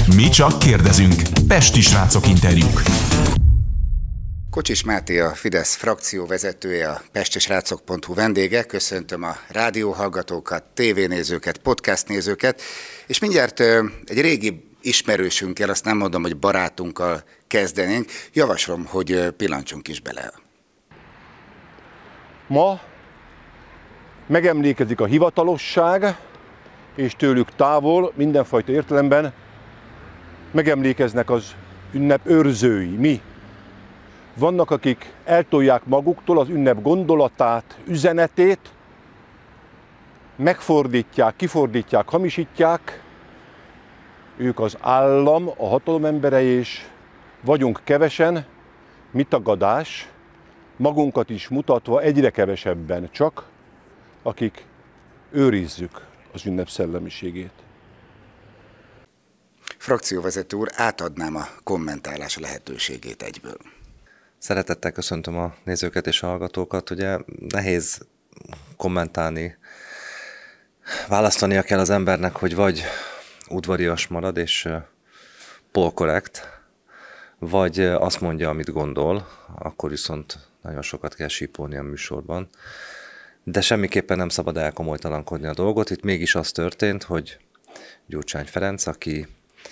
Mi csak kérdezünk. Pesti srácok interjúk. Kocsis Máté, a Fidesz frakcióvezetője, a pestisrácok.hu vendége. Köszöntöm a rádióhallgatókat, tévénézőket, podcastnézőket, és mindjárt egy régi ismerősünkkel, azt nem mondom, hogy barátunkkal kezdenénk. Javaslom, hogy pillancsunk is bele. Ma megemlékezik a hivatalosság, és tőlük távol, mindenfajta értelemben megemlékeznek az ünnep őrzői, mi. Vannak, akik eltolják maguktól az ünnep gondolatát, üzenetét, megfordítják, kifordítják, hamisítják. Ők az állam, a hatalom emberei, és vagyunk kevesen, mi tagadás, magunkat is mutatva egyre kevesebben csak, akik őrizzük az ünnep szellemiségét. Frakcióvezető úr, átadnám a kommentálás lehetőségét egyből. Szeretettel köszöntöm a nézőket és a hallgatókat. Ugye nehéz kommentálni, választania kell az embernek, hogy vagy udvarias marad és polkorrekt, vagy azt mondja, amit gondol, akkor viszont nagyon sokat kell sípolni a műsorban. De semmiképpen nem szabad elkomolytalankodni a dolgot. Itt mégis az történt, hogy Gyurcsány Ferenc, aki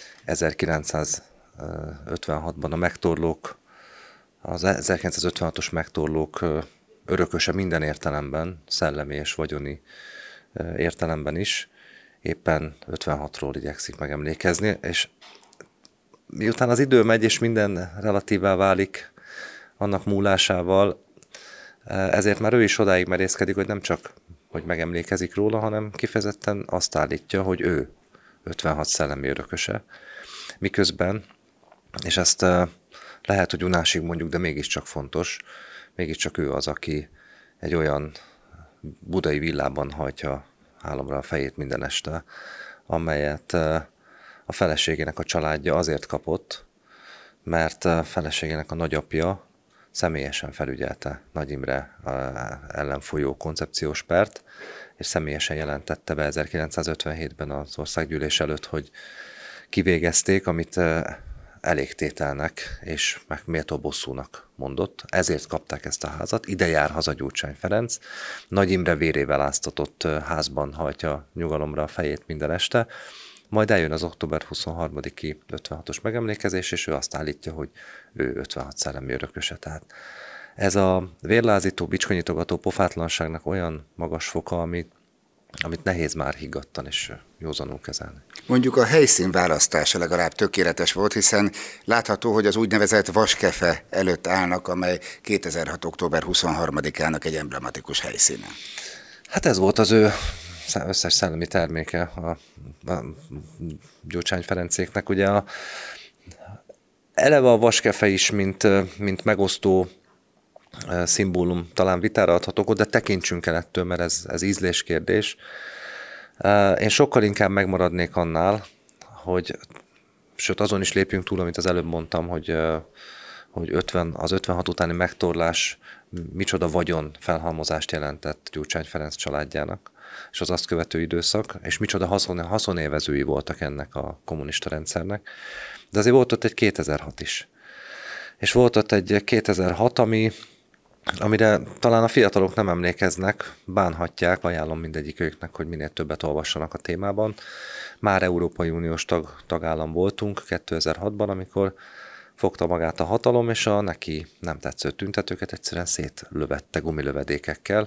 1956-ban a megtorlók, az 1956-os megtorlók örököse minden értelemben, szellemi és vagyoni értelemben is, éppen 56-ról igyekszik megemlékezni, és miután az idő megy, és minden relatívá válik annak múlásával, ezért már ő is odáig merészkedik, hogy nem csak, hogy megemlékezik róla, hanem kifejezetten azt állítja, hogy ő 56 szellemi örököse. Miközben, és ezt lehet, hogy unásig mondjuk, de mégiscsak fontos, mégiscsak ő az, aki egy olyan budai villában hajtja álomra a fejét minden este, amelyet a feleségének a családja azért kapott, mert a feleségének a nagyapja személyesen felügyelte Nagy Imre ellen folyó koncepciós pert, és személyesen jelentette be 1957-ben az országgyűlés előtt, hogy kivégezték, amit elégtételnek és meg méltó bosszúnak mondott. Ezért kapták ezt a házat. Ide jár haza Gyurcsány Ferenc. Nagy Imre vérével áztatott házban hajtja nyugalomra a fejét minden este. Majd eljön az október 23-i 56-os megemlékezés, és ő azt állítja, hogy ő 56 szellemi örököse. Tehát ez a vérlázító, bicskanyitogató pofátlanságnak olyan magas foka, amit nehéz már higgadtan és józanul kezelni. Mondjuk a helyszín választása legalább tökéletes volt, hiszen látható, hogy az úgynevezett Vaskefe előtt állnak, amely 2006. október 23-ának egy emblematikus helyszíne. Hát ez volt az ő összes szellemi terméke a Gyurcsány Ferencéknek. Ugye eleve a Vaskefe is, mint megosztó szimbólum talán vitára adhatok, de tekintsünk el ettől, mert ez ízléskérdés. Én sokkal inkább megmaradnék annál, sőt azon is lépjünk túl, amit az előbb mondtam, hogy az 56 utáni megtorlás micsoda vagyon felhalmozást jelentett Gyurcsány Ferenc családjának, és az azt követő időszak, és micsoda haszonélvezői voltak ennek a kommunista rendszernek. De azért volt ott egy 2006 is. És volt ott egy 2006, amire talán a fiatalok nem emlékeznek, bánhatják, ajánlom mindegyikőknek, hogy minél többet olvassanak a témában. Már Európai Uniós tagállam voltunk 2006-ban, amikor fogta magát a hatalom, és a neki nem tetsző tüntetőket egyszerűen szétlövette gumilövedékekkel.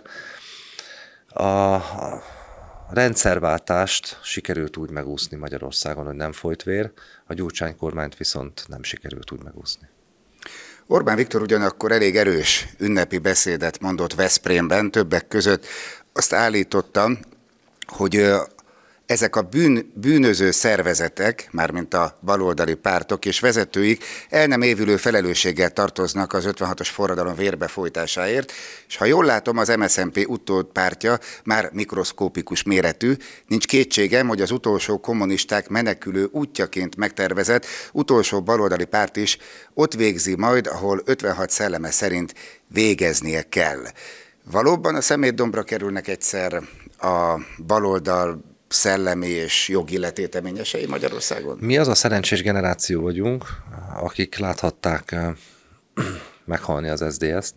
A rendszerváltást sikerült úgy megúszni Magyarországon, hogy nem folyt vér, a Gyurcsány kormányt viszont nem sikerült úgy megúszni. Orbán Viktor ugyanakkor elég erős ünnepi beszédet mondott Veszprémben, többek között azt állítottam, hogy ezek a bűnöző szervezetek, mármint a baloldali pártok és vezetőik el nem évülő felelősséggel tartoznak az 56-os forradalom vérbefolytásáért, és ha jól látom, az MSZNP utódpártja már mikroszkópikus méretű, nincs kétségem, hogy az utolsó kommunisták menekülő útjaként megtervezett utolsó baloldali párt is ott végzi majd, ahol 56 szelleme szerint végeznie kell. Valóban a szemétdombra kerülnek egyszer a baloldal szellemi és jogi letéteményesei Magyarországon? Mi az a szerencsés generáció vagyunk, akik láthatták meghalni az SZDSZ-t,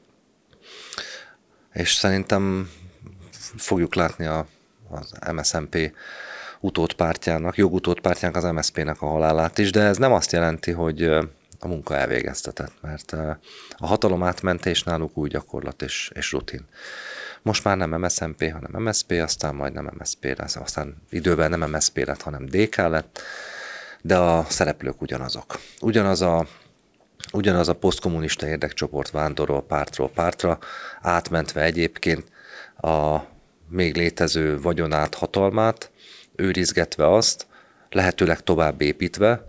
és szerintem fogjuk látni az MSZNP utódpártjának, jogutódpártjának, az MSZP-nek a halálát is, de ez nem azt jelenti, hogy a munka elvégeztetett, mert a hatalom átmentés náluk új gyakorlat és rutin. Most már nem MSZNP, hanem MSZP, aztán majd nem MSZP lesz, aztán időben nem MSZP lett, hanem DK lett, de a szereplők ugyanazok. Ugyanaz a posztkommunista érdekcsoport vándorol pártról pártra, átmentve egyébként a még létező vagyonát, hatalmát, őrizgetve azt, lehetőleg tovább építve,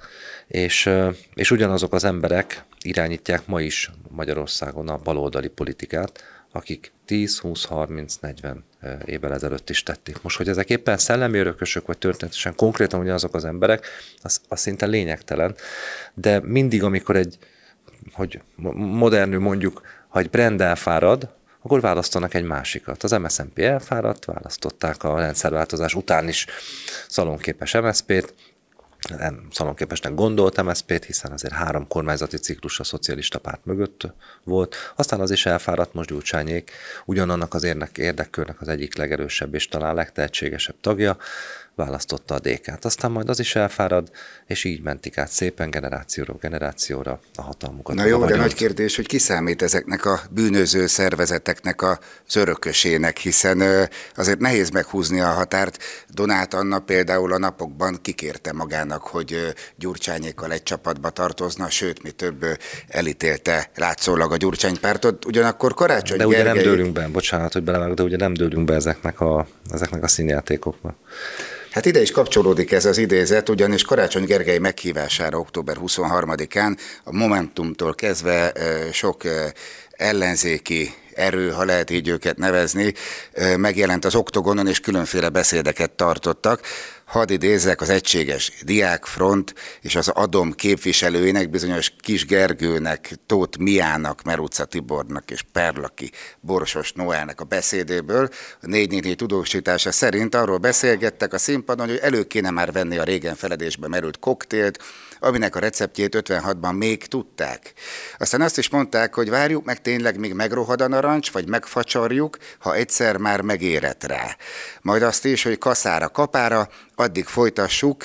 és ugyanazok az emberek irányítják ma is Magyarországon a baloldali politikát, akik 10, 20, 30, 40 évvel ezelőtt is tették. Most, hogy ezek éppen szellemi örökösök, vagy történetesen konkrétan ugyanazok az emberek, az szinte lényegtelen, de mindig, amikor hogy modernül mondjuk, ha egy brand elfárad, akkor választanak egy másikat. Az MSZNP elfáradt, választották a rendszerváltozás után is szalonképes MSZP-t, nem szalonképesnek gondolt MSZP-t, hiszen azért 3 kormányzati ciklus a szocialista párt mögött volt, aztán az is elfáradt, most Gyurcsányék ugyanannak az érdekkörnek az egyik legerősebb és talán legtehetségesebb tagja, választotta a DK-t. Aztán majd az is elfárad, és így mentik át szépen generációra a hatalmukat. Na jó, de nagy kérdés, hogy ki számít ezeknek a bűnöző szervezeteknek az örökösének, hiszen azért nehéz meghúzni a határt. Donát Anna például a napokban kikérte magának, hogy Gyurcsányékkal egy csapatba tartozna, sőt, mi több elítélte látszólag a Gyurcsánypártot. Ugyanakkor Karácsony de Gergely... ugye nem dőlünk be, bocsánat, hogy belevágok, de ugye nem dőlünk be ezeknek a színjátékoknak. Hát ide is kapcsolódik ez az idézet, ugyanis Karácsony Gergely meghívására október 23-án a Momentumtól kezdve sok ellenzéki erő, ha lehet így őket nevezni, megjelent az Oktogonon, és különféle beszédeket tartottak. Hadd idézzek, az Egységes Diákfront és az ADOM képviselőinek, bizonyos Kis Gergőnek, Tóth Miának, Meruca Tibornak és Perlaki Borsos Noelnek a beszédéből. A 444 tudósítása szerint arról beszélgettek a színpadon, hogy elő kéne már venni a régen feledésbe merült koktélt, aminek a receptjét 56-ban még tudták. Aztán azt is mondták, hogy várjuk meg tényleg, míg megrohad a narancs, vagy megfacsarjuk, ha egyszer már megérett rá. Majd azt is, hogy kaszára kapára, addig folytassuk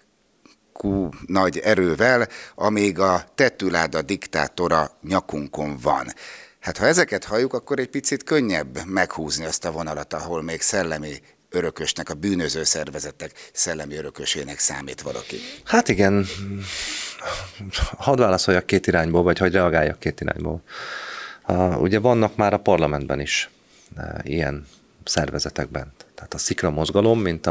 nagy erővel, amíg a tetőláda diktátora nyakunkon van. Hát ha ezeket halljuk, akkor egy picit könnyebb meghúzni azt a vonalat, ahol még szellemi örökösnek, a bűnöző szervezetek szellemi örökösének számít valaki. Hát igen, hadd válaszoljak 2 irányból, vagy hogy reagáljak 2 irányból. Ugye vannak már a parlamentben is ilyen szervezetekben. Tehát a Szikra mozgalom, mint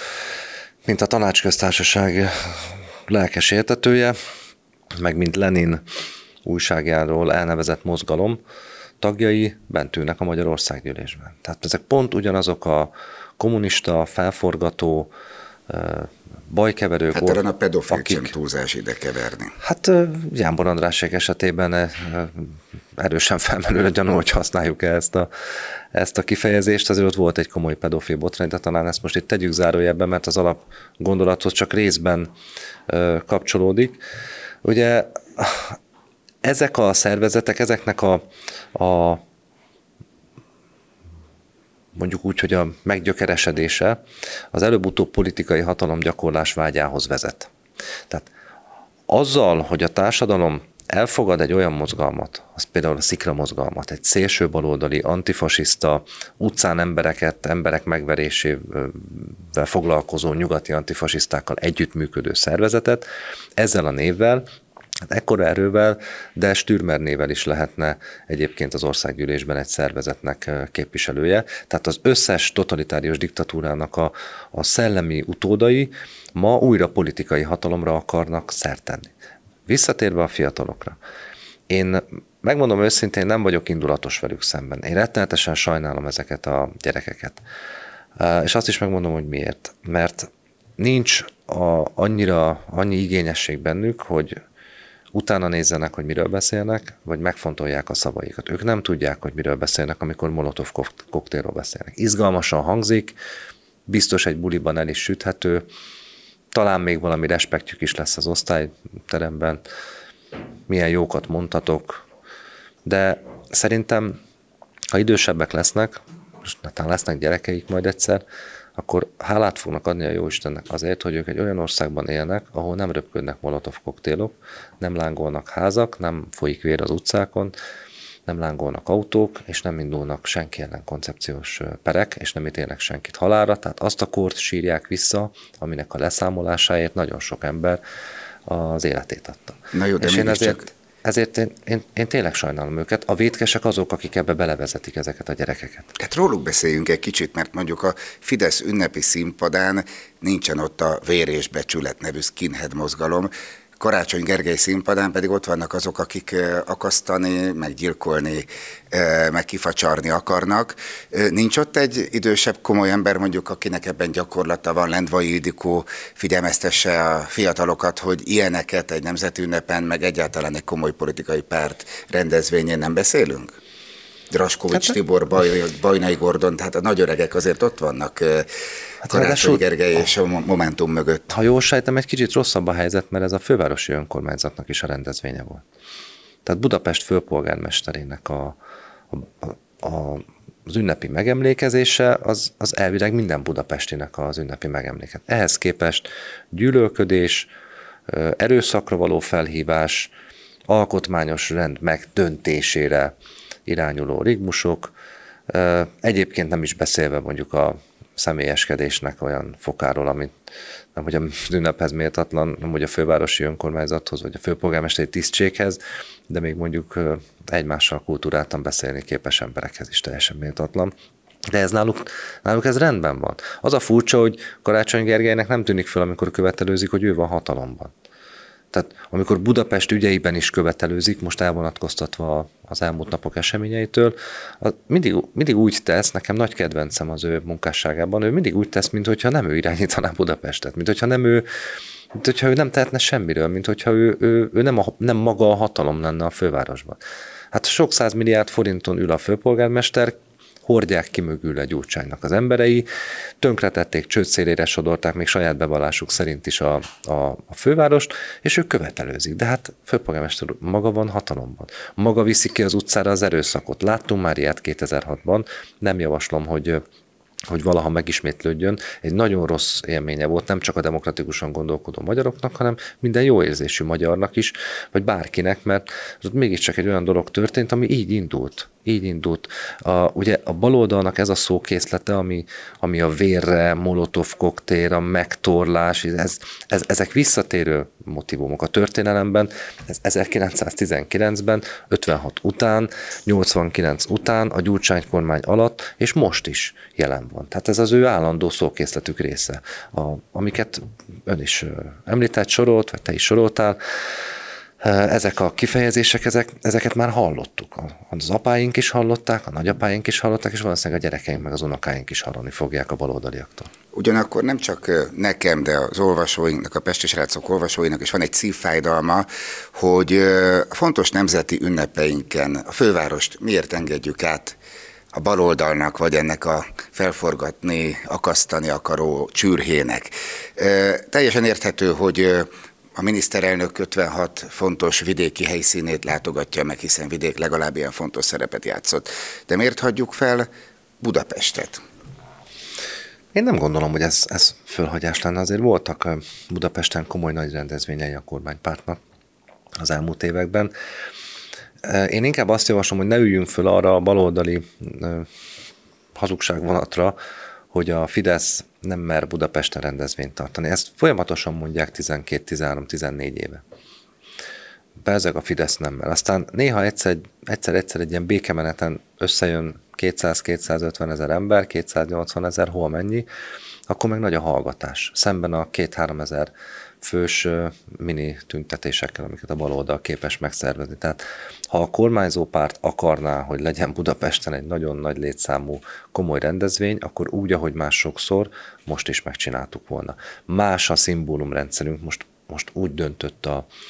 a Tanácsköztársaság lelkes értetője, meg mint Lenin újságjáról elnevezett mozgalom tagjai bent ülnek a Magyar Országgyűlésben. Tehát ezek pont ugyanazok a kommunista, felforgató, bajkeverők. Hát talán a pedofilt sem túlzás ide keverni. Hát Jánbor Andrásék esetében erősen felmerül a gyanú, hogy használjuk ezt a kifejezést. Azért ott volt egy komoly pedofil botrány, de talán ezt most itt tegyük zárójelbe, mert az alapgondolathoz csak részben kapcsolódik. Ugye ezek a szervezetek, ezeknek a mondjuk úgy, hogy a meggyökeresedése az előbb-utóbb politikai hatalomgyakorlás vágyához vezet. Tehát azzal, hogy a társadalom elfogad egy olyan mozgalmat, az például a Szikra mozgalmat, egy szélső baloldali, antifasiszta, utcán emberek megverésével foglalkozó nyugati antifasisztákkal együttműködő szervezetet, ezzel a névvel, hát ekkora erővel, de Stürmer névvel is lehetne egyébként az országgyűlésben egy szervezetnek képviselője. Tehát az összes totalitárius diktatúrának a szellemi utódai ma újra politikai hatalomra akarnak szert tenni. Visszatérve a fiatalokra. Én megmondom őszintén, nem vagyok indulatos velük szemben. Én rettenetesen sajnálom ezeket a gyerekeket. És azt is megmondom, hogy miért. Mert nincs annyi igényesség bennük, hogy utána nézzenek, hogy miről beszélnek, vagy megfontolják a szavaikat. Ők nem tudják, hogy miről beszélnek, amikor Molotov koktélról beszélnek. Izgalmasan hangzik, biztos egy buliban el is süthető, talán még valami respektjük is lesz az osztályteremben, milyen jókat mondhatok, de szerintem, ha idősebbek lesznek, és talán lesznek gyerekeik majd egyszer, akkor hálát fognak adni a Jóistennek azért, hogy ők egy olyan országban élnek, ahol nem röpködnek molotov koktélok, nem lángolnak házak, nem folyik vér az utcákon, nem lángolnak autók, és nem indulnak senki ellen koncepciós perek, és nem ítélnek senkit halálra, tehát azt a kort sírják vissza, aminek a leszámolásáért nagyon sok ember az életét adta. Na jó, de és ezért én tényleg sajnálom őket. A vétkesek azok, akik ebbe belevezetik ezeket a gyerekeket. Hát róluk beszéljünk egy kicsit, mert mondjuk a Fidesz ünnepi színpadán nincsen ott a Vér és Becsület nevű skinhead mozgalom, Karácsony Gergely színpadán pedig ott vannak azok, akik akasztani, meggyilkolni, meg kifacsarni akarnak. Nincs ott egy idősebb, komoly ember mondjuk, akinek ebben gyakorlata van, Lendvai Ildikó figyelmeztesse a fiatalokat, hogy ilyeneket egy nemzeti ünnepen, meg egyáltalán egy komoly politikai párt rendezvényén nem beszélünk? Draskovics Tibor, Bajnai Gordon, tehát a nagy öregek azért ott vannak Karácsony Gergely és a Momentum mögött. Ha jól sejtem, egy kicsit rosszabb a helyzet, mert ez a fővárosi önkormányzatnak is a rendezvénye volt. Tehát Budapest főpolgármesterének az ünnepi megemlékezése az elvileg minden budapestinek az ünnepi megemléket. Ehhez képest gyűlölködés, erőszakra való felhívás, alkotmányos rend megdöntésére irányuló rigmusok, egyébként nem is beszélve mondjuk a személyeskedésnek olyan fokáról, amit nem hogy az ünnephez méltatlan, nem hogy a fővárosi önkormányzathoz, vagy a főpolgármesteri tisztséghez, de még mondjuk egymással kultúráltan beszélni képes emberekhez is teljesen méltatlan. De ez náluk ez rendben van. Az a furcsa, hogy Karácsony Gergelynek nem tűnik fel, amikor követelőzik, hogy ő van hatalomban. Tehát amikor Budapest ügyeiben is követelőzik, most elvonatkoztatva az elmúlt napok eseményeitől, mindig úgy tesz, nekem nagy kedvencem az ő munkásságában, ő mindig úgy tesz, mintha nem ő irányítaná Budapestet, mintha ő nem tehetne semmiről, mintha ő nem maga a hatalom lenne a fővárosban. Hát sok 100 milliárd forinton ül a főpolgármester, hordják ki mögül egy Gyurcsánynak az emberei, tönkretették, csőd szélére sodorták még saját bevallásuk szerint is a fővárost, és ők követelőzik. De hát főpolgármester maga van hatalomban. Maga viszi ki az utcára az erőszakot. Láttunk már ilyet 2006-ban, nem javaslom, hogy valaha megismétlődjön. Egy nagyon rossz élménye volt nem csak a demokratikusan gondolkodó magyaroknak, hanem minden jó érzésű magyarnak is, vagy bárkinek, mert ott mégiscsak egy olyan dolog történt, ami így indult. Ugye a baloldalnak ez a szókészlete, ami a vérre, molotov koktél, a megtorlás, ezek visszatérő motivumok a történelemben, ez 1919-ben, 56 után, 89 után, a Gyurcsány kormány alatt, és most is jelen van. Tehát ez az ő állandó szókészletük része, amiket ön is említett, sorolt, vagy te is soroltál. Ezek a kifejezések, ezeket már hallottuk. Az apáink is hallották, a nagyapáink is hallották, és valószínűleg a gyerekeink meg az unokáink is hallani fogják a baloldaliaktól. Ugyanakkor nem csak nekem, de az olvasóinknak, a pesti srácok olvasóinak is van egy szívfájdalma, hogy fontos nemzeti ünnepeinken a fővárost miért engedjük át a baloldalnak, vagy ennek a felforgatni, akasztani akaró csürhének. Teljesen érthető, hogy a miniszterelnök 56 fontos vidéki helyszínét látogatja meg, hiszen vidék legalább ilyen fontos szerepet játszott. De miért hagyjuk fel Budapestet? Én nem gondolom, hogy ez fölhagyás lenne. Azért voltak Budapesten komoly nagy rendezvényei a kormánypártnak az elmúlt években. Én inkább azt javaslom, hogy ne üljünk föl arra a baloldali hazugságvonatra, hogy a Fidesz nem mer Budapesten rendezvényt tartani. Ezt folyamatosan mondják 12, 13, 14 éve. Bezzeg a Fidesz nem mer. Aztán néha egyszer egy ilyen békemeneten összejön 200-250 ezer ember, 280 ezer, hol mennyi, akkor meg nagy a hallgatás. Szemben a 2-3 ezer fős mini tüntetésekkel, amiket a baloldal képes megszervezni. Tehát ha a kormányzó párt akarná, hogy legyen Budapesten egy nagyon nagy létszámú komoly rendezvény, akkor úgy, ahogy más sokszor, most is megcsináltuk volna. Más a szimbólumrendszerünk, most úgy döntött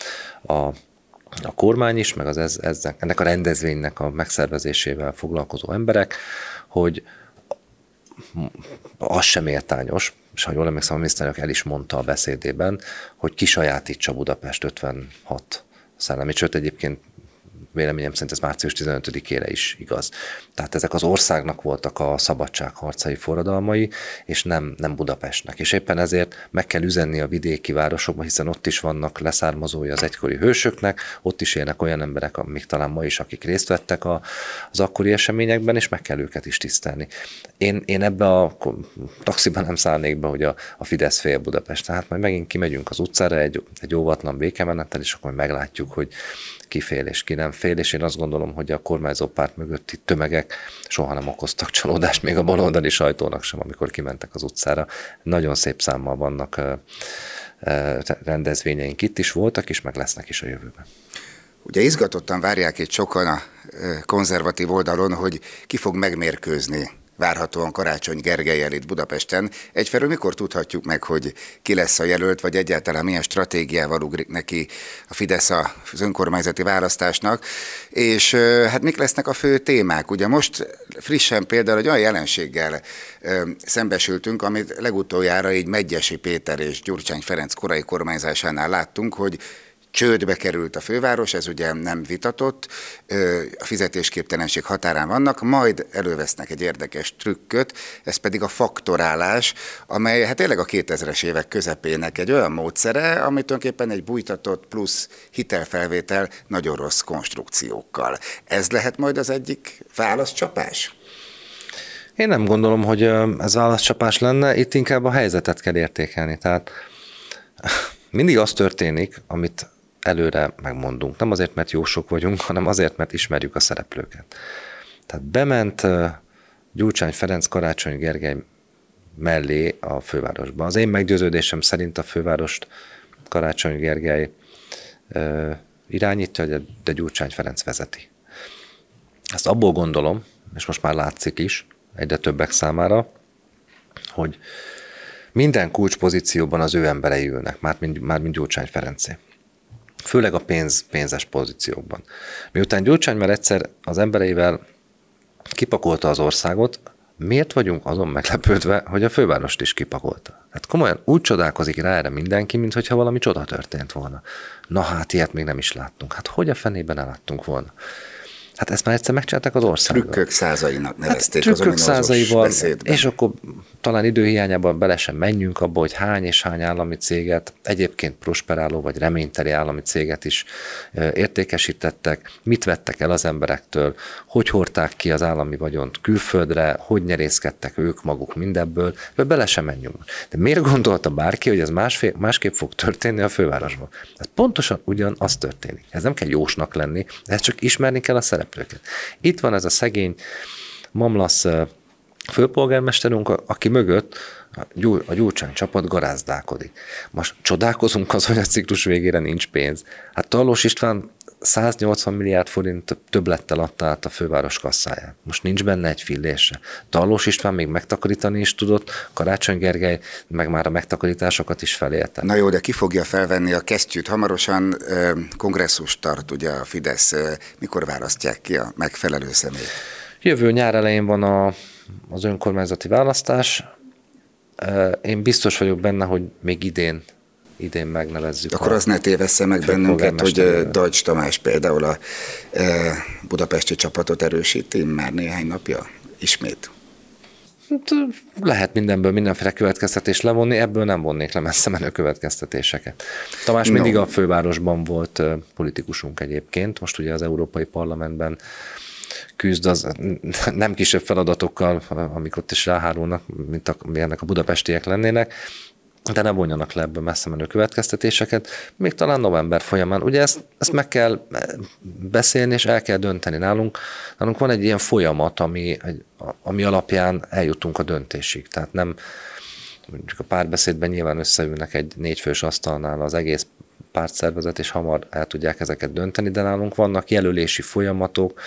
a kormány is, meg ennek a rendezvénynek a megszervezésével foglalkozó emberek, hogy az sem méltányos, és ha jól emlékszem, a miniszterelnök el is mondta a beszédében, hogy kisajátítsa Budapest 56 szellemét, sőt egyébként véleményem szerint ez március 15-ére is igaz. Tehát ezek az országnak voltak a szabadságharcai, forradalmai, és nem Budapestnek. És éppen ezért meg kell üzenni a vidéki városokba, hiszen ott is vannak leszármazói az egykori hősöknek, ott is élnek olyan emberek, még talán ma is, akik részt vettek az akkori eseményekben, és meg kell őket is tisztelni. Én ebbe a taxiban nem szállnék be, hogy a Fidesz fél Budapest. Tehát majd megint kimegyünk az utcára egy óvatlan békemenettel, és akkor meglátjuk, hogy ki fél és ki nem fél, és én azt gondolom, hogy a kormányzó párt mögötti tömegek soha nem okoztak csalódást, még a baloldali sajtónak sem, amikor kimentek az utcára. Nagyon szép számmal vannak rendezvényeink, itt is voltak, és meg lesznek is a jövőben. Ugye izgatottan várják itt sokan a konzervatív oldalon, hogy ki fog megmérkőzni várhatóan Karácsony Gergellyel itt Budapesten. Egyfelől mikor tudhatjuk meg, hogy ki lesz a jelölt, vagy egyáltalán milyen stratégiával ugrik neki a Fidesz az önkormányzati választásnak, és hát mik lesznek a fő témák? Ugye most frissen például egy olyan jelenséggel szembesültünk, amit legutoljára így Medgyessy Péter és Gyurcsány Ferenc korai kormányzásánál láttunk, hogy csődbe került a főváros, ez ugye nem vitatott, a fizetésképtelenség határán vannak, majd elővesznek egy érdekes trükköt, ez pedig a faktorálás, amely hát tényleg a 2000-es évek közepének egy olyan módszere, ami tulajdonképpen egy bújtatott plusz hitelfelvétel nagyon rossz konstrukciókkal. Ez lehet majd az egyik válaszcsapás? Én nem gondolom, hogy ez válaszcsapás lenne, itt inkább a helyzetet kell értékelni. Tehát mindig az történik, amit előre megmondunk. Nem azért, mert jósok vagyunk, hanem azért, mert ismerjük a szereplőket. Tehát bement Gyurcsány Ferenc Karácsony Gergely mellé a fővárosba. Az én meggyőződésem szerint a fővárost Karácsony Gergely irányítja, de Gyurcsány Ferenc vezeti. Ezt abból gondolom, és most már látszik is, egyre többek számára, hogy minden kulcspozícióban az ő emberei ülnek, mármint Gyurcsány Ferencé. Főleg a pénzes pozíciókban. Miután Gyurcsány már egyszer az embereivel kipakolta az országot, miért vagyunk azon meglepődve, hogy a fővárost is kipakolta? Hát komolyan úgy csodálkozik rá erre mindenki, mintha valami csoda történt volna. Na hát, ilyet még nem is láttunk. Hát hogy a fenében eláttunk volna? Hát ezt már egyszer megcsinálták az országban. Trükkök százainak nevezték hát, az százaival, beszédben. És akkor talán időhiányában bele sem menjünk abba, hogy hány és hány állami céget, egyébként prosperáló vagy reményteli állami céget is értékesítettek, mit vettek el az emberektől, hogy hordták ki az állami vagyont külföldre, hogy nyerészkedtek ők maguk mindebből, bele sem menjünk. De miért gondolta bárki, hogy ez másképp fog történni a fővárosban? Ez pontosan ugyanaz történik. Ez nem kell jósnak lenni, ez csak ismerni kell a szereplőket. Itt van ez a szegény mamlasz főpolgármesterünk, aki mögött a Gyurcsány csapat garázdálkodik. Most csodálkozunk az, hogy a ciklus végére nincs pénz. Hát Tarlós István 180 milliárd forint többlettel adta át a főváros kasszáját. Most nincs benne egy fillése. Tarlós István még megtakarítani is tudott, Karácsony Gergely meg már a megtakarításokat is felélte. Na jó, de ki fogja felvenni a kesztyűt? Hamarosan kongresszus tart ugye a Fidesz. Mikor választják ki a megfelelő személyt? Jövő nyár elején van az önkormányzati választás. Én biztos vagyok benne, hogy még idén megnevezzük. Akkor az ne tévessze meg bennünket, hogy Deutsch Tamás például a budapesti csapatot erősíti már néhány napja ismét. Lehet mindenből mindenféle következtetést levonni, ebből nem vonnék le messze menő következtetéseket. Tamás mindig a fővárosban volt politikusunk egyébként, most ugye az Európai Parlamentben küzd az nem kisebb feladatokkal, amik ott is ráhárulnak, mint amilyenek a budapestiek lennének, de ne vonjanak le ebből messze menő következtetéseket, még talán november folyamán. Ugye ezt meg kell beszélni, és el kell dönteni nálunk. Nálunk van egy ilyen folyamat, ami alapján eljutunk a döntésig. Tehát nem, mondjuk a párbeszédben nyilván összeülnek egy 4 fős asztalnál az egész pártszervezet, és hamar el tudják ezeket dönteni, de nálunk vannak jelölési folyamatok,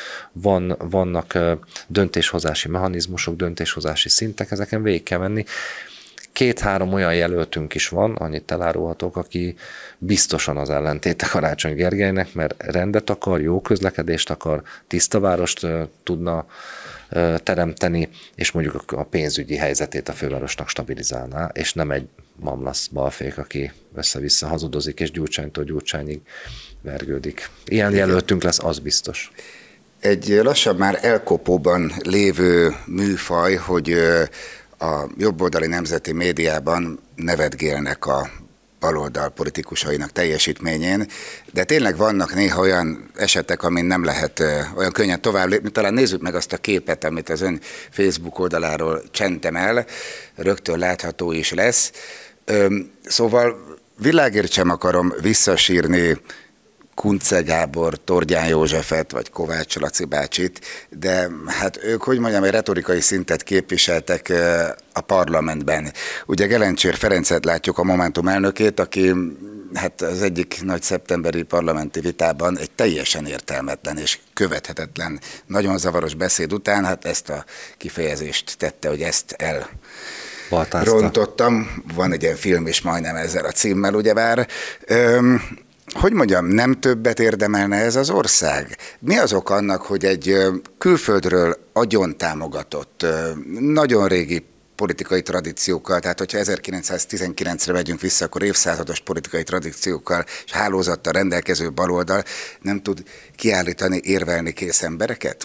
vannak döntéshozási mechanizmusok, döntéshozási szintek, ezeken végig kell menni. 2-3 olyan jelöltünk is van, annyit elárulhatok, aki biztosan az ellentéte Karácsony Gergelynek, mert rendet akar, jó közlekedést akar, tiszta várost tudna teremteni, és mondjuk a pénzügyi helyzetét a fővárosnak stabilizálná, és nem egy mamlasz balfék, aki össze-vissza hazudozik, és Gyurcsánytól Gyurcsányig vergődik. Ilyen jelöltünk lesz, az biztos. Egy lassabb már elkopóban lévő műfaj, hogy a jobboldali nemzeti médiában nevetgélnek a baloldal politikusainak teljesítményén, de tényleg vannak néha olyan esetek, amin nem lehet olyan könnyen tovább lépni. Talán nézzük meg azt a képet, amit az ön Facebook oldaláról csentem el, rögtön látható is lesz. Szóval világért sem akarom visszasírni Kunce Gábor, Tordján Józsefet, vagy Kovács Laci bácsit, de hát ők, hogy mondjam, egy retorikai szintet képviseltek a parlamentben. Ugye Gelencsér Ferencet látjuk, a Momentum elnökét, aki hát az egyik nagy szeptemberi parlamenti vitában egy teljesen értelmetlen és követhetetlen, nagyon zavaros beszéd után, hát ezt a kifejezést tette, hogy ezt elrontottam. Van egy ilyen film is majdnem ezzel a címmel, ugyebár. Hogy mondjam, nem többet érdemelne ez az ország? Mi az ok annak, hogy egy külföldről agyon támogatott, nagyon régi politikai tradíciókkal, tehát hogyha 1919-re megyünk vissza, akkor évszázados politikai tradíciókkal és hálózattal rendelkező baloldal nem tud kiállítani, érvelni kész embereket?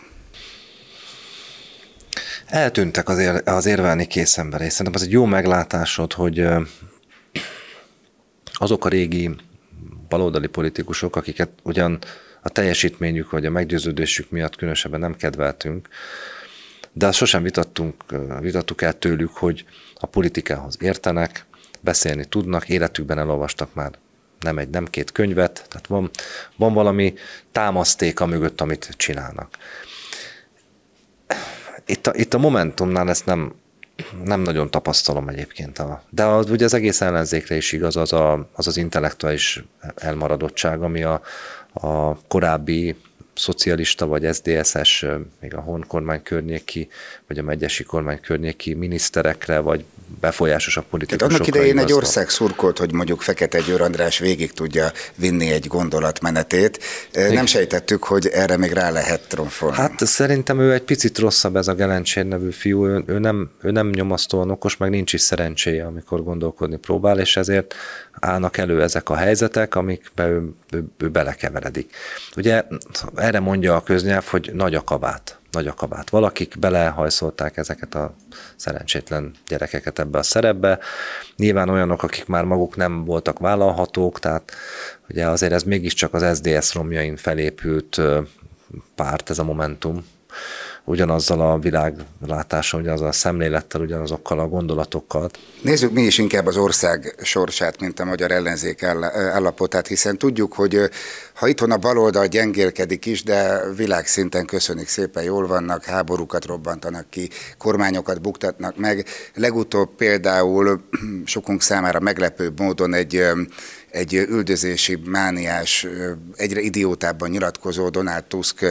Eltűntek az érvelni kész emberek. Szerintem az egy jó meglátásod, hogy azok a régi baloldali politikusok, akiket ugyan a teljesítményük vagy a meggyőződésük miatt különösebben nem kedveltünk, de azt sosem vitattuk el tőlük, hogy a politikához értenek, beszélni tudnak, életükben elolvastak már nem 2 könyvet, tehát van valami támasztéka mögött, amit csinálnak. Itt a Momentumnál ezt nem nagyon tapasztalom egyébként. De ugye az egész ellenzékre is igaz az intellektuális elmaradottság, ami a korábbi szocialista vagy SZDSZ-es, még a Horn kormány környéki, vagy a megyesi kormány környéki miniszterekre, vagy befolyásosabb politikusokra. Tehát annak idején egy ország szurkolt, hogy mondjuk Fekete Győr András végig tudja vinni egy gondolatmenetét. Nem sejtettük, hogy erre még rá lehet tromfolni. Hát szerintem ő egy picit rosszabb, ez a Gelencsér nevű fiú. Ő nem nyomasztóan okos, meg nincs is szerencséje, amikor gondolkodni próbál, és ezért állnak elő ezek a helyzetek, amikbe ő belekeveredik. Ugye erre mondja a köznyelv, hogy nagy a kabát. Valakik belehajszolták ezeket a szerencsétlen gyerekeket ebbe a szerepbe. Nyilván olyanok, akik már maguk nem voltak vállalhatók, tehát ugye azért ez mégiscsak az SZDSZ romjain felépült párt, ez a Momentum. Ugyanazzal a világlátással, ugyanazzal a szemlélettel, ugyanazokkal a gondolatokkal. Nézzük mi is inkább az ország sorsát, mint a magyar ellenzék állapotát, hiszen tudjuk, hogy ha itthon a baloldal gyengélkedik is, de világszinten köszönik szépen, jól vannak, háborúkat robbantanak ki, kormányokat buktatnak meg. Legutóbb például sokunk számára meglepő módon egy üldözési mániás, egyre idiótábban nyilatkozó Donald Tusk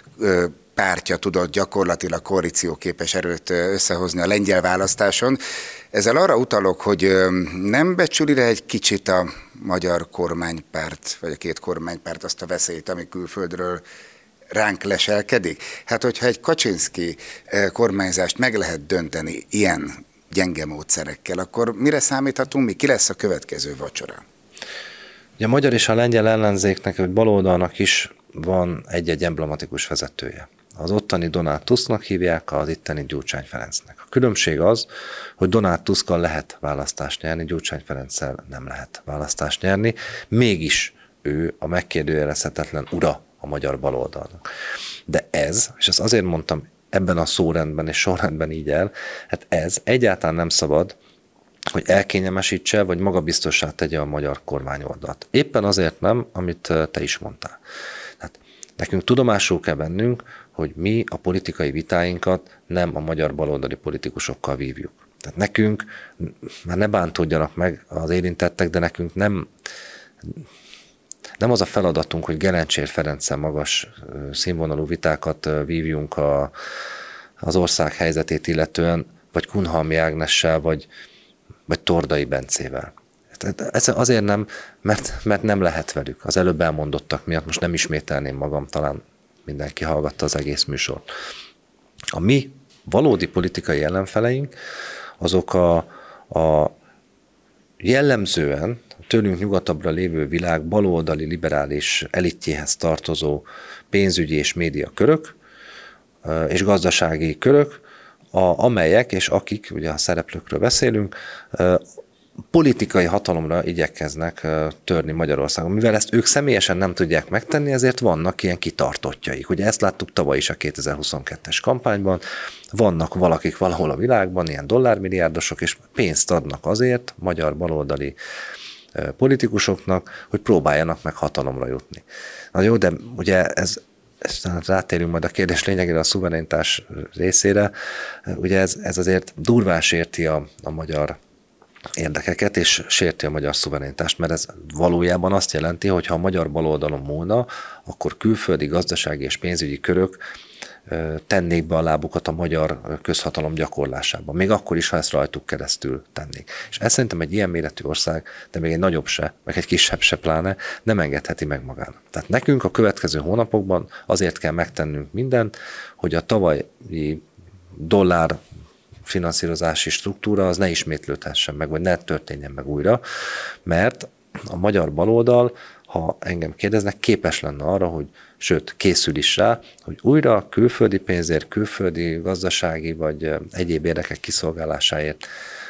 pártja tudott gyakorlatilag koalícióképes erőt összehozni a lengyel választáson. Ezzel arra utalok, hogy nem becsüli le egy kicsit a magyar kormánypárt, vagy a 2 kormánypárt azt a veszélyt, ami külföldről ránk leselkedik? Hát, hogyha egy Kaczynszki kormányzást meg lehet dönteni ilyen gyenge módszerekkel, akkor mire számíthatunk mi? Ki lesz a következő vacsora? Ugye a magyar és a lengyel ellenzéknek, vagy baloldalnak is van egy emblematikus vezetője. Az ottani Donald Tusknak hívják, az itteni Gyurcsány Ferencnek. A különbség az, hogy Donald Tuskkal lehet választást nyerni, Gyurcsány Ferenccel nem lehet választást nyerni, mégis ő a megkérdőjelezhetetlen ura a magyar baloldalnak. De ez, és ezt azért mondtam ebben a szórendben és sorrendben így el, hát ez egyáltalán nem szabad, hogy elkényelmesítse, vagy magabiztossá tegye a magyar kormányoldalt. Éppen azért nem, amit te is mondtál. Hát nekünk tudomásul kell vennünk, hogy mi a politikai vitáinkat nem a magyar baloldali politikusokkal vívjuk. Tehát nekünk, már ne bántódjanak meg az érintettek, de nekünk nem az a feladatunk, hogy Gelencsér Ferenccel magas színvonalú vitákat vívjunk az ország helyzetét illetően, vagy Kunhalmi Ágnessel, vagy vagy Tordai Bencével. Ez azért nem, mert nem lehet velük. Az előbb elmondottak miatt, most nem ismételném magam, talán mindenki hallgatta az egész műsort. A mi valódi politikai ellenfeleink, azok a jellemzően tőlünk nyugatabbra lévő világ baloldali liberális elitjéhez tartozó pénzügyi és média körök és gazdasági körök, amelyek és akik, ugye a szereplőkről beszélünk, politikai hatalomra igyekeznek törni Magyarországon. Mivel ezt ők személyesen nem tudják megtenni, ezért vannak ilyen kitartottjaik. Ugye ezt láttuk tavaly is a 2022-es kampányban. Vannak valakik valahol a világban, ilyen dollármilliárdosok, és pénzt adnak azért magyar baloldali politikusoknak, hogy próbáljanak meg hatalomra jutni. Na jó, de ugye ez rátérünk majd a kérdés lényegére, a szuverenitás részére. Ugye ez azért durván sérti a magyar érdekeket, és sérti a magyar szuverenitást, mert ez valójában azt jelenti, hogy ha a magyar baloldalon múlna, akkor külföldi gazdasági és pénzügyi körök tennék be a lábukat a magyar közhatalom gyakorlásában. Még akkor is, ha ezt rajtuk keresztül tennék. És ezt szerintem egy ilyen méretű ország, de még egy nagyobb se, meg egy kisebb se pláne, nem engedheti meg magának. Tehát nekünk a következő hónapokban azért kell megtennünk mindent, hogy a tavalyi dollár finanszírozási struktúra az ne ismétlődhessen meg, vagy ne történjen meg újra, mert a magyar baloldal, ha engem kérdeznek, képes lenne arra, hogy sőt, készül is rá, hogy újra külföldi pénzért, külföldi gazdasági vagy egyéb érdekek kiszolgálásáért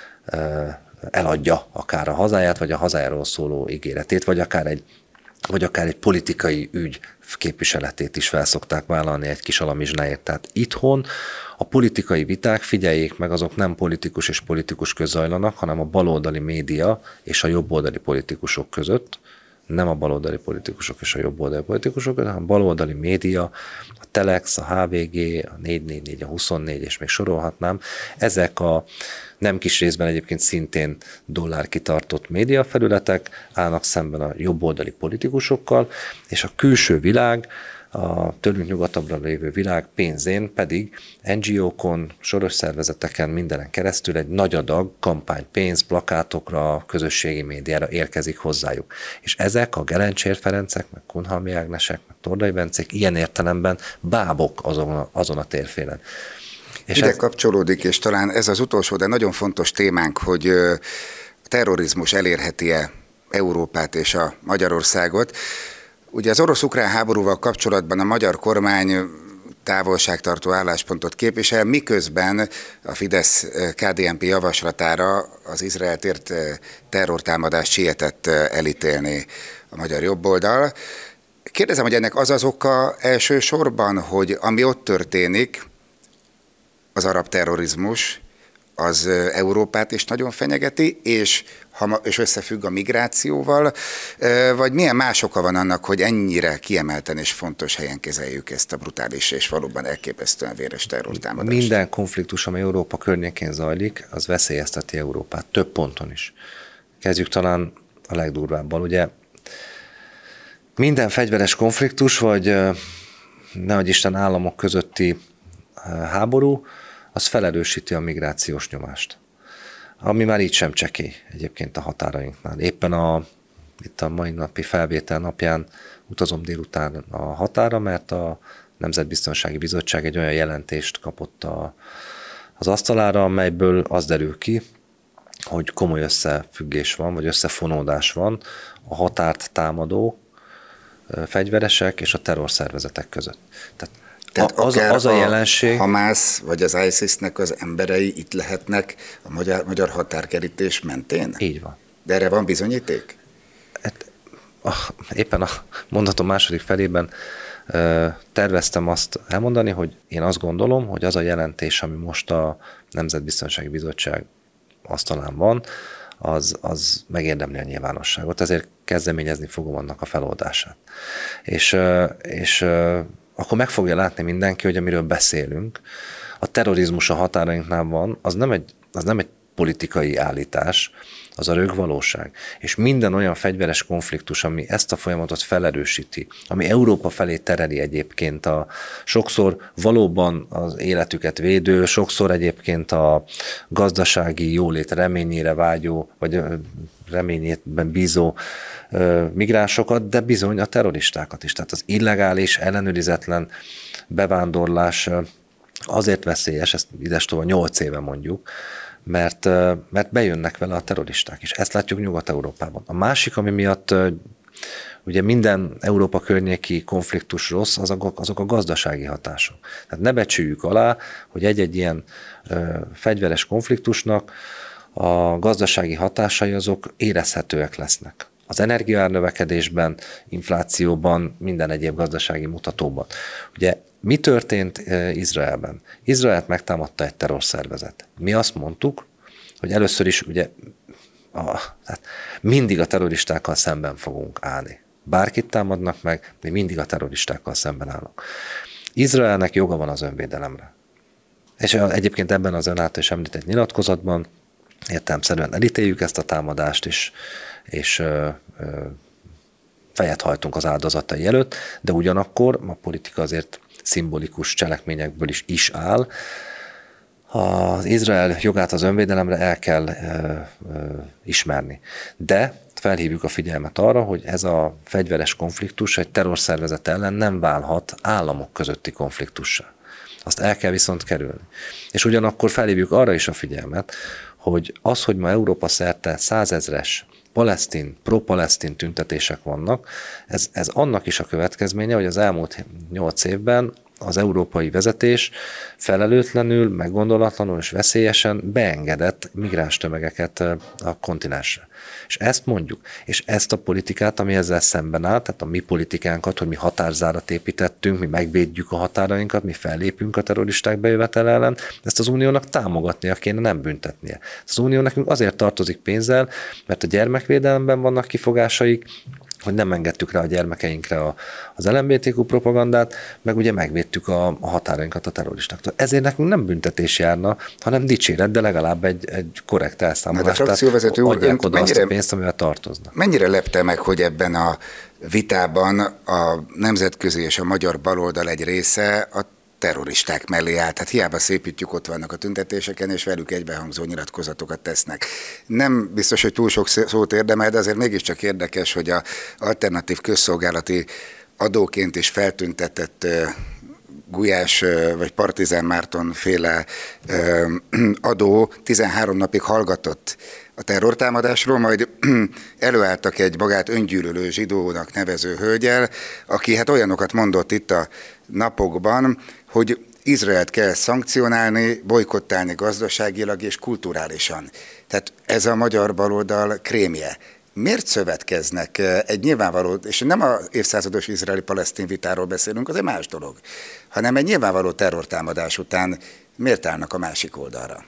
eladja akár a hazáját, vagy a hazájáról szóló ígéretét, vagy akár egy politikai ügy képviseletét is felszokták vállalni egy kis alamizsnáért. Tehát itthon a politikai viták, figyeljék meg, azok nem politikus és politikus között zajlanak, hanem a baloldali média és a jobboldali politikusok között, nem a baloldali politikusok és a jobboldali politikusok között, hanem a baloldali média, a Telex, a HVG, a 444, a 24, és még sorolhatnám. Ezek a nem kis részben egyébként szintén dollárkitartott médiafelületek állnak szemben a jobboldali politikusokkal, és a külső világ, a tőlünk nyugatabbra lévő világ pénzén pedig NGO-kon, soros szervezeteken, mindenen keresztül egy nagy adag kampánypénz, plakátokra, közösségi médiára érkezik hozzájuk. És ezek a Gelencsér Ferencek, meg Kunhalmi Ágnesek, meg Tordai Bencék ilyen értelemben bábok azon a térfélen. És ide kapcsolódik, és talán ez az utolsó, de nagyon fontos témánk, hogy a terrorizmus elérheti-e Európát és a Magyarországot. Ugye az orosz-ukrán háborúval kapcsolatban a magyar kormány távolságtartó álláspontot képvisel, miközben a Fidesz-KDNP javaslatára az Izraelt ért terrortámadást sietett elítélni a magyar jobboldal. Kérdezem, hogy ennek az oka elsősorban, hogy ami ott történik, az arab terrorizmus, az Európát is nagyon fenyegeti, és összefügg a migrációval, vagy milyen más oka van annak, hogy ennyire kiemelten és fontos helyen kezeljük ezt a brutális és valóban elképesztően véres terrortámadást? Minden konfliktus, amely Európa környékén zajlik, az veszélyezteti Európát, több ponton is. Kezdjük talán a legdurvábban. Ugye minden fegyveres konfliktus, vagy nehogy Isten államok közötti háború, az felerősíti a migrációs nyomást. Ami már így sem csekély egyébként a határainknál. Éppen itt a mai napi felvétel napján utazom délután a határa, mert a Nemzetbiztonsági Bizottság egy olyan jelentést kapott az asztalára, amelyből az derül ki, hogy komoly összefüggés van, vagy összefonódás van a határt támadó fegyveresek és a terrorszervezetek között. Tehát az a jelenség... Hamász vagy az ISIS-nek az emberei itt lehetnek a magyar határkerítés mentén? Így van. De erre van bizonyíték? Éppen a mondatom második felében terveztem azt elmondani, hogy én azt gondolom, hogy az a jelentés, ami most a Nemzetbiztonsági Bizottság asztalán van, az megérdemli a nyilvánosságot, ezért kezdeményezni fogom annak a feloldását. És akkor meg fogja látni mindenki, hogy amiről beszélünk, a terrorizmus a határainknál van, az nem egy politikai állítás, az a rögvalóság. És minden olyan fegyveres konfliktus, ami ezt a folyamatot felerősíti, ami Európa felé tereli egyébként sokszor valóban az életüket védő, sokszor egyébként a gazdasági jólét reményére vágyó, vagy reményében bízó migránsokat, de bizony a terroristákat is. Tehát az illegális, ellenőrizetlen bevándorlás azért veszélyes, ezt idestova 8 éve mondjuk, mert bejönnek vele a terroristák, és ezt látjuk Nyugat-Európában. A másik, ami miatt ugye minden Európa környéki konfliktus rossz, azok a gazdasági hatások. Tehát ne becsüljük alá, hogy egy-egy ilyen fegyveres konfliktusnak a gazdasági hatásai azok érezhetőek lesznek. Az energiaárnövekedésben, inflációban, minden egyéb gazdasági mutatóban. Ugye mi történt Izraelben? Izraelt megtámadta egy terrorszervezet. Mi azt mondtuk, hogy először is ugye tehát mindig a terroristákkal szemben fogunk állni. Bárkit támadnak meg, mi mindig a terroristákkal szemben állunk. Izraelnek joga van az önvédelemre. És egyébként ebben az ön által is említett nyilatkozatban értelemszerűen elítéljük ezt a támadást, és fejet hajtunk az áldozatai előtt, de ugyanakkor a politika azért szimbolikus cselekményekből is áll. Az Izrael jogát az önvédelemre el kell ismerni. De felhívjuk a figyelmet arra, hogy ez a fegyveres konfliktus egy terrorszervezet ellen nem válhat államok közötti konfliktussá. Azt el kell viszont kerülni. És ugyanakkor felhívjuk arra is a figyelmet, hogy az, hogy ma Európa szerte 100 000-es pro-palesztin tüntetések vannak, ez annak is a következménye, hogy az elmúlt 8 évben az európai vezetés felelőtlenül, meggondolatlanul és veszélyesen beengedett migráns tömegeket a kontinensre. És ezt mondjuk, és ezt a politikát, ami ezzel szemben áll, tehát a mi politikánkat, hogy mi határzárat építettünk, mi megvédjük a határainkat, mi fellépünk a terroristák bejövetele ellen, ezt az uniónak támogatnia kéne, nem büntetnie. Az unió nekünk azért tartozik pénzzel, mert a gyermekvédelemben vannak kifogásaik, hogy nem engedtük rá a gyermekeinkre az LMBTQ propagandát, meg ugye megvédtük a határainkat a terroristáktól. Ezért nekünk nem büntetés járna, hanem dicséret, de legalább egy korrekt elszámolást. Frakcióvezető úr, adják oda azt a pénzt, amivel tartoznak. Mennyire lepte meg, hogy ebben a vitában a nemzetközi és a magyar baloldal egy része a terroristák mellé áll. Tehát hiába szépítjük, ott vannak a tüntetéseken, és velük egybehangzó nyilatkozatokat tesznek. Nem biztos, hogy túl sok szót érdemel, de azért mégiscsak érdekes, hogy a alternatív közszolgálati adóként is feltüntetett Gulyás vagy Partizán Márton féle adó 13 napig hallgatott a terrortámadásról, majd előálltak egy magát öngyűlölő zsidónak nevező hölgyel, aki hát olyanokat mondott itt a napokban, hogy Izraelt kell szankcionálni, bojkottálni gazdaságilag és kulturálisan. Tehát ez a magyar baloldal krémje. Miért szövetkeznek egy nyilvánvaló, és nem az évszázados izraeli-palesztin vitáról beszélünk, az egy más dolog, hanem egy nyilvánvaló terrortámadás után miért állnak a másik oldalra?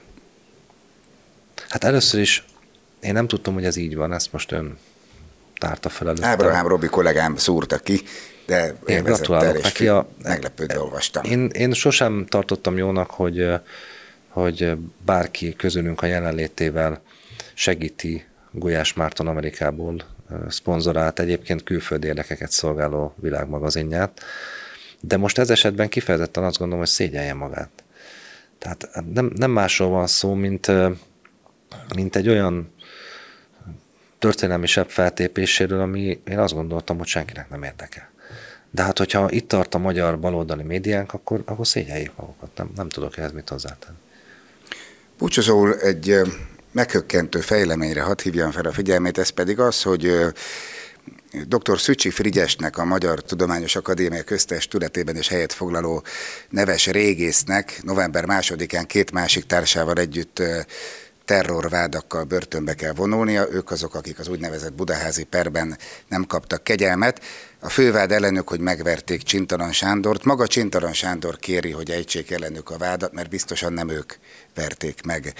Hát először is én nem tudtam, hogy ez így van, ezt most ön tárta fel előtte. Ábrahám Robi kollégám szúrta ki, de én gratulálok neki. Meglepődve olvastam. Én sosem tartottam jónak, hogy bárki közülünk a jelenlétével segíti Gulyás Márton Amerikából szponzorált, egyébként külföldi érdekeket szolgáló világmagazinját, de most ez esetben kifejezetten azt gondolom, hogy szégyelje magát. Tehát nem másról van szó, mint egy olyan történelmi sebb feltépéséről, ami én azt gondoltam, hogy senkinek nem érdekel. De hát, hogyha itt tart a magyar baloldali médiánk, akkor szégyeljék magukat. Nem tudok ehhez mit hozzátenni. Búcsúzóul egy meghökkentő fejleményre hadd hívjam fel a figyelmét, ez pedig az, hogy dr. Szücsi Frigyesnek, a Magyar Tudományos Akadémia köztestületében is helyet foglaló neves régésznek november 2-án 2 másik társával együtt terrorvádakkal börtönbe kell vonulnia. Ők azok, akik az úgynevezett budaházi perben nem kaptak kegyelmet. A fővád ellenük, hogy megverték Csintalan Sándort. Maga Csintalan Sándor kéri, hogy ejtsék ellenük a vádat, mert biztosan nem ők verték meg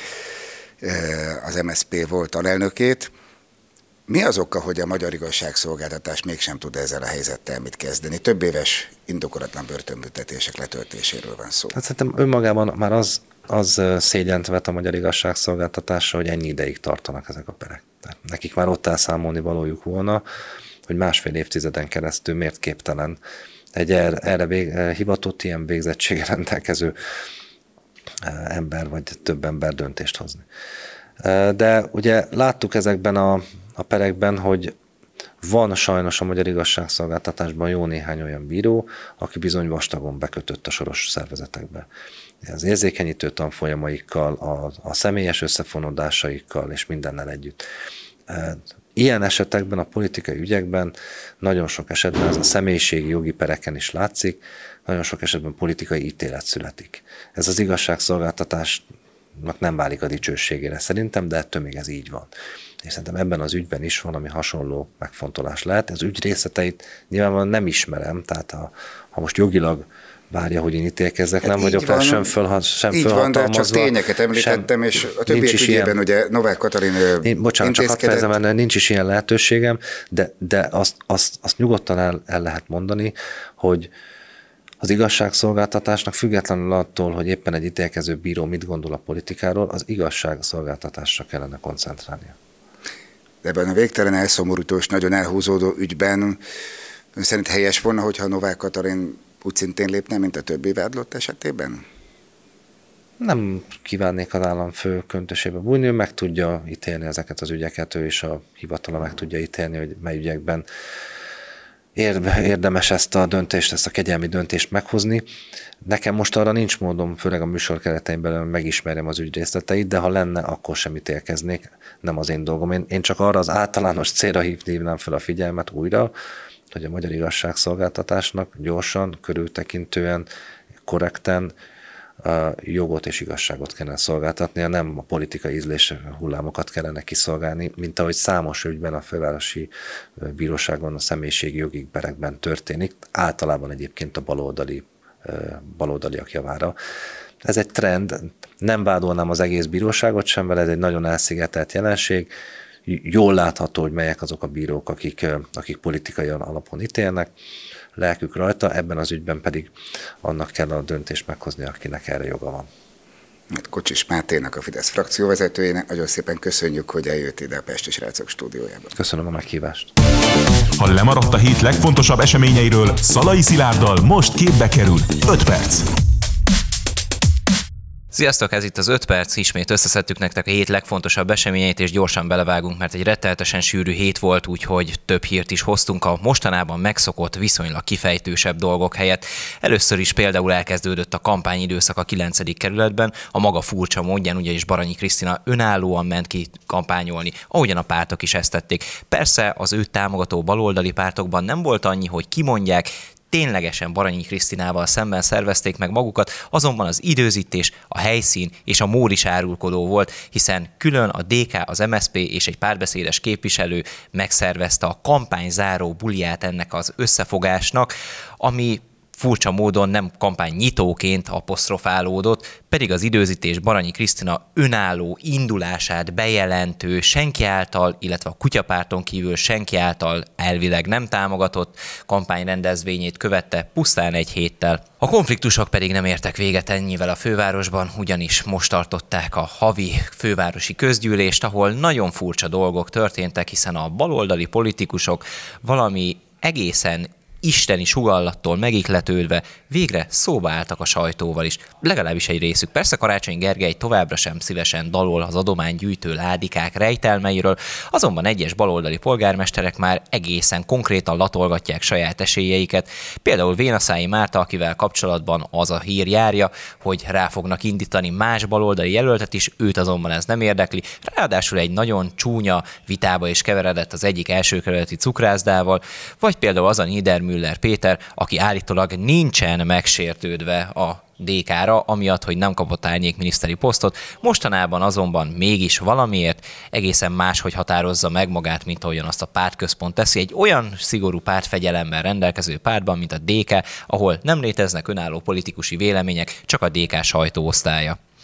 az MSZP volt alelnökét. Mi az oka, hogy a magyar igazságszolgáltatás mégsem tud ezzel a helyzettel mit kezdeni? Több éves indokolatlan börtönbüntetések letöltéséről van szó. Hát szerintem önmagában már az az szégyent vet a magyar igazságszolgáltatásra, hogy ennyi ideig tartanak ezek a perek. Tehát nekik már ott elszámolni valójuk volna, hogy másfél évtizeden keresztül miért képtelen egy erre hivatott ilyen végzettséggel rendelkező ember, vagy több ember döntést hozni. De ugye láttuk ezekben a perekben, hogy van sajnos a magyar igazságszolgáltatásban jó néhány olyan bíró, aki bizony vastagon bekötött a soros szervezetekbe. Az érzékenyítő tanfolyamaikkal, a személyes összefonódásaikkal és mindennel együtt. Ilyen esetekben, a politikai ügyekben nagyon sok esetben, ez a személyiségi jogi pereken is látszik, nagyon sok esetben politikai ítélet születik. Ez az igazságszolgáltatásnak nem válik a dicsőségére szerintem, de ettől még ez így van. És szerintem ebben az ügyben is valami hasonló megfontolás lehet. Az ügy részleteit nyilvánvalóan nem ismerem, tehát ha most jogilag várja, hogy én ítélkezzek, nem vagyok rá sem fölhatalmazva. Így van, de csak tényeket említettem, és a többiek ügyében ugye Novák Katalin bocsánat, csak hadd fejezem el, nincs is ilyen lehetőségem, de azt nyugodtan el lehet mondani, hogy az igazságszolgáltatásnak függetlenül attól, hogy éppen egy ítélkező bíró mit gondol a politikáról, az igazságszolgáltatásra kellene koncentrálnia. De ebben a végtelen elszomorítós, nagyon elhúzódó ügyben szerint helyes volna, hogyha Novák Katalin úgy szintén lépne, mint a többi vádlott esetében? Nem kívánnék az államfő köntösébe bújni, ő meg tudja ítélni ezeket az ügyeket, ő is a hivatala meg tudja ítélni, hogy mely ügyekben érdemes ezt a döntést, ezt a kegyelmi döntést meghozni. Nekem most arra nincs módom, főleg a műsor keretein belül megismerjem az ügy részleteit, de ha lenne, akkor sem ítélkeznék, nem az én dolgom. Én csak arra az általános célra hívnám fel a figyelmet újra, hogy a magyar igazságszolgáltatásnak gyorsan, körültekintően, korrekten jogot és igazságot kellene szolgáltatnia, nem a politikai ízlés hullámokat kellene kiszolgálni, mint ahogy számos ügyben a fővárosi bíróságon a személyiségi jogi perekben történik, általában egyébként a baloldaliak javára. Ez egy trend, nem vádolnám az egész bíróságot sem vele, ez egy nagyon elszigetelt jelenség. Jól látható, hogy melyek azok a bírók, akik politikai alapon ítélnek, lelkük rajta, ebben az ügyben pedig annak kell a döntést meghozni, akinek erre joga van. Kocsis Máténak, a Fidesz frakcióvezetőjének nagyon szépen köszönjük, hogy eljött ide a Pesti Srácok stúdiójába. Köszönöm a meghívást. Ha lemaradt a hét legfontosabb eseményeiről, Szalai Szilárddal most képbe kerül 5 perc. Sziasztok, ez itt az 5 perc, ismét összeszedtük nektek a hét legfontosabb eseményeit, és gyorsan belevágunk, mert egy rettenetesen sűrű hét volt, úgyhogy több hírt is hoztunk a mostanában megszokott, viszonylag kifejtősebb dolgok helyett. Először is például elkezdődött a kampányidőszak a 9. kerületben, a maga furcsa módján, ugyanis Baranyi Krisztina önállóan ment ki kampányolni, ahogyan a pártok is ezt tették. Persze az őt támogató baloldali pártokban nem volt annyi, hogy kimondják, ténylegesen Baranyi Krisztinával szemben szervezték meg magukat, azonban az időzítés, a helyszín és a mód is árulkodó volt, hiszen külön a DK, az MSZP és egy párbeszédes képviselő megszervezte a kampányzáró buliát ennek az összefogásnak, ami furcsa módon nem kampánynyitóként apostrofálódott, pedig az időzítés Baranyi Krisztina önálló indulását bejelentő, senki által, illetve a kutyapárton kívül senki által elvileg nem támogatott kampányrendezvényét követte pusztán egy héttel. A konfliktusok pedig nem értek véget ennyivel a fővárosban, ugyanis most tartották a havi fővárosi közgyűlést, ahol nagyon furcsa dolgok történtek, hiszen a baloldali politikusok valami egészen isteni sugallattól megihletődve végre szóba álltak a sajtóval is, legalábbis egy részük. Persze Karácsony Gergely továbbra sem szívesen dalol az adománygyűjtő ládikák rejtelmeiről, azonban egyes baloldali polgármesterek már egészen konkrétan latolgatják saját esélyeiket. Például Vénaszályi Márta, akivel kapcsolatban az a hír járja, hogy rá fognak indítani más baloldali jelöltet is, őt azonban ez nem érdekli. Ráadásul egy nagyon csúnya vitába is keveredett az egyik elsőkerületi cukrászdával, vagy például az a Niedermüller Péter, aki állítólag nincsen megsértődve a DK-ra, amiatt, hogy nem kapott árnyékminiszteri posztot, mostanában azonban mégis valamiért egészen máshogy határozza meg magát, mint ahogyan azt a pártközpont teszi, egy olyan szigorú pártfegyelemmel rendelkező pártban, mint a DK, ahol nem léteznek önálló politikusi vélemények, csak a DK sajtóosztálya.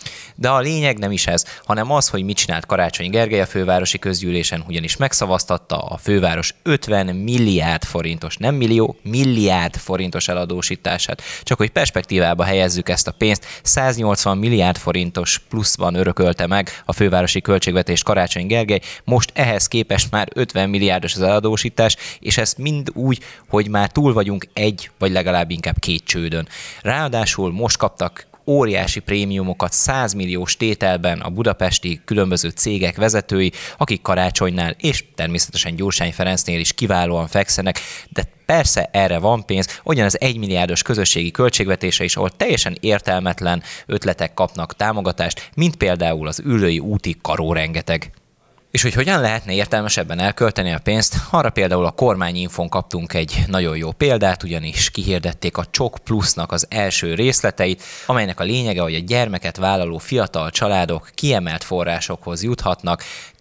De a lényeg nem is ez, hanem az, hogy mit csinált Karácsony Gergely a fővárosi közgyűlésen, ugyanis megszavaztatta a főváros 50 milliárd forintos, nem millió, milliárd forintos eladósítását. Csak hogy perspektívába helyezzük ezt a pénzt, 180 milliárd forintos pluszban örökölte meg a fővárosi költségvetést Karácsony Gergely, most ehhez képest már 50 milliárdos az eladósítás, és ezt mind úgy, hogy már túl vagyunk egy, vagy legalább inkább 2 csődön. Ráadásul most kaptak óriási prémiumokat 100 milliós tételben a budapesti különböző cégek vezetői, akik Karácsonynál és természetesen Gyurcsány Ferencnél is kiválóan fekszenek, de persze erre van pénz, ugyanaz 1 milliárdos közösségi költségvetése is, ahol teljesen értelmetlen ötletek kapnak támogatást, mint például az Üllői úti karórengeteg. És hogy hogyan lehetne értelmesebben elkölteni a pénzt, arra például a Kormányinfón kaptunk egy nagyon jó példát, ugyanis kihirdették a Csok Plusznak az első részleteit, amelynek a lényege, hogy a gyermeket vállaló fiatal családok kiemelt forrásokhoz juthatnak,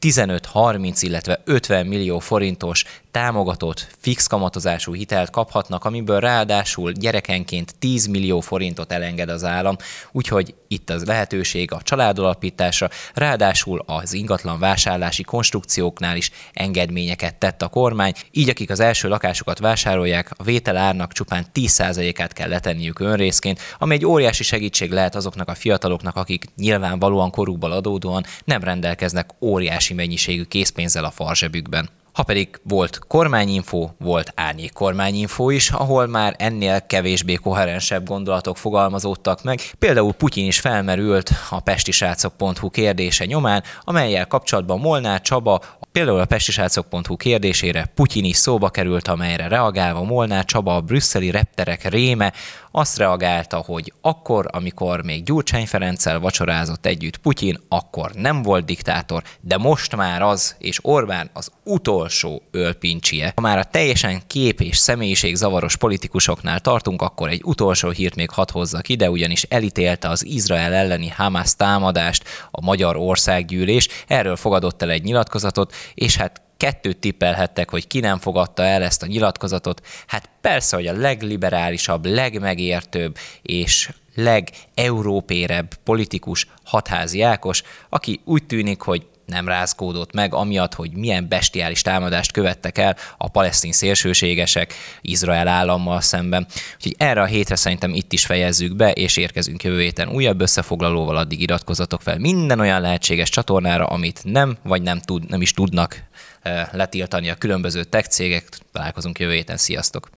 15-30, illetve 50 millió forintos támogatott, fix kamatozású hitelt kaphatnak, amiből ráadásul gyerekenként 10 millió forintot elenged az állam, úgyhogy itt az lehetőség a családalapításra, ráadásul az ingatlan vásárlási konstrukcióknál is engedményeket tett a kormány, így akik az első lakásukat vásárolják, a vételárnak csupán 10%-át kell letenniük önrészként, ami egy óriási segítség lehet azoknak a fiataloknak, akik nyilvánvalóan korukból adódóan nem rendelkeznek óriási mennyiségű készpénzzel a farzsebükben. Ha pedig volt kormányinfó, volt árnyék kormányinfó is, ahol már ennél kevésbé koherensebb gondolatok fogalmazódtak meg. Például Putyin is felmerült a pestisrácok.hu kérdése nyomán, amellyel kapcsolatban Molnár Csaba például a pestisrácok.hu kérdésére Putyin is szóba került, amelyre reagálva Molnár Csaba, a brüsszeli repterek réme, azt reagálta, hogy akkor, amikor még Gyurcsány Ferenccel vacsorázott együtt Putyin, akkor nem volt diktátor, de most már az, és Orbán az utolsó ölpincsie. Ha már a teljesen kép- és személyiségzavaros politikusoknál tartunk, akkor egy utolsó hírt még hadd hozzak ide, ugyanis elítélte az Izrael elleni Hamász támadást a Magyar Országgyűlés, erről fogadott el egy nyilatkozatot, és hát 2 tippelhettek, hogy ki nem fogadta el ezt a nyilatkozatot. Hát persze, hogy a legliberálisabb, legmegértőbb és legeurópérebb politikus Hatházi Ákos, aki úgy tűnik, hogy nem rázkódott meg amiatt, hogy milyen bestiális támadást követtek el a palesztin szélsőségesek Izrael állammal szemben. Úgyhogy erre a hétre szerintem itt is fejezzük be, és érkezünk jövő héten újabb összefoglalóval, addig iratkozzatok fel minden olyan lehetséges csatornára, amit nem, vagy nem is tudnak letiltani a különböző tech cégek. Találkozunk jövő héten, sziasztok!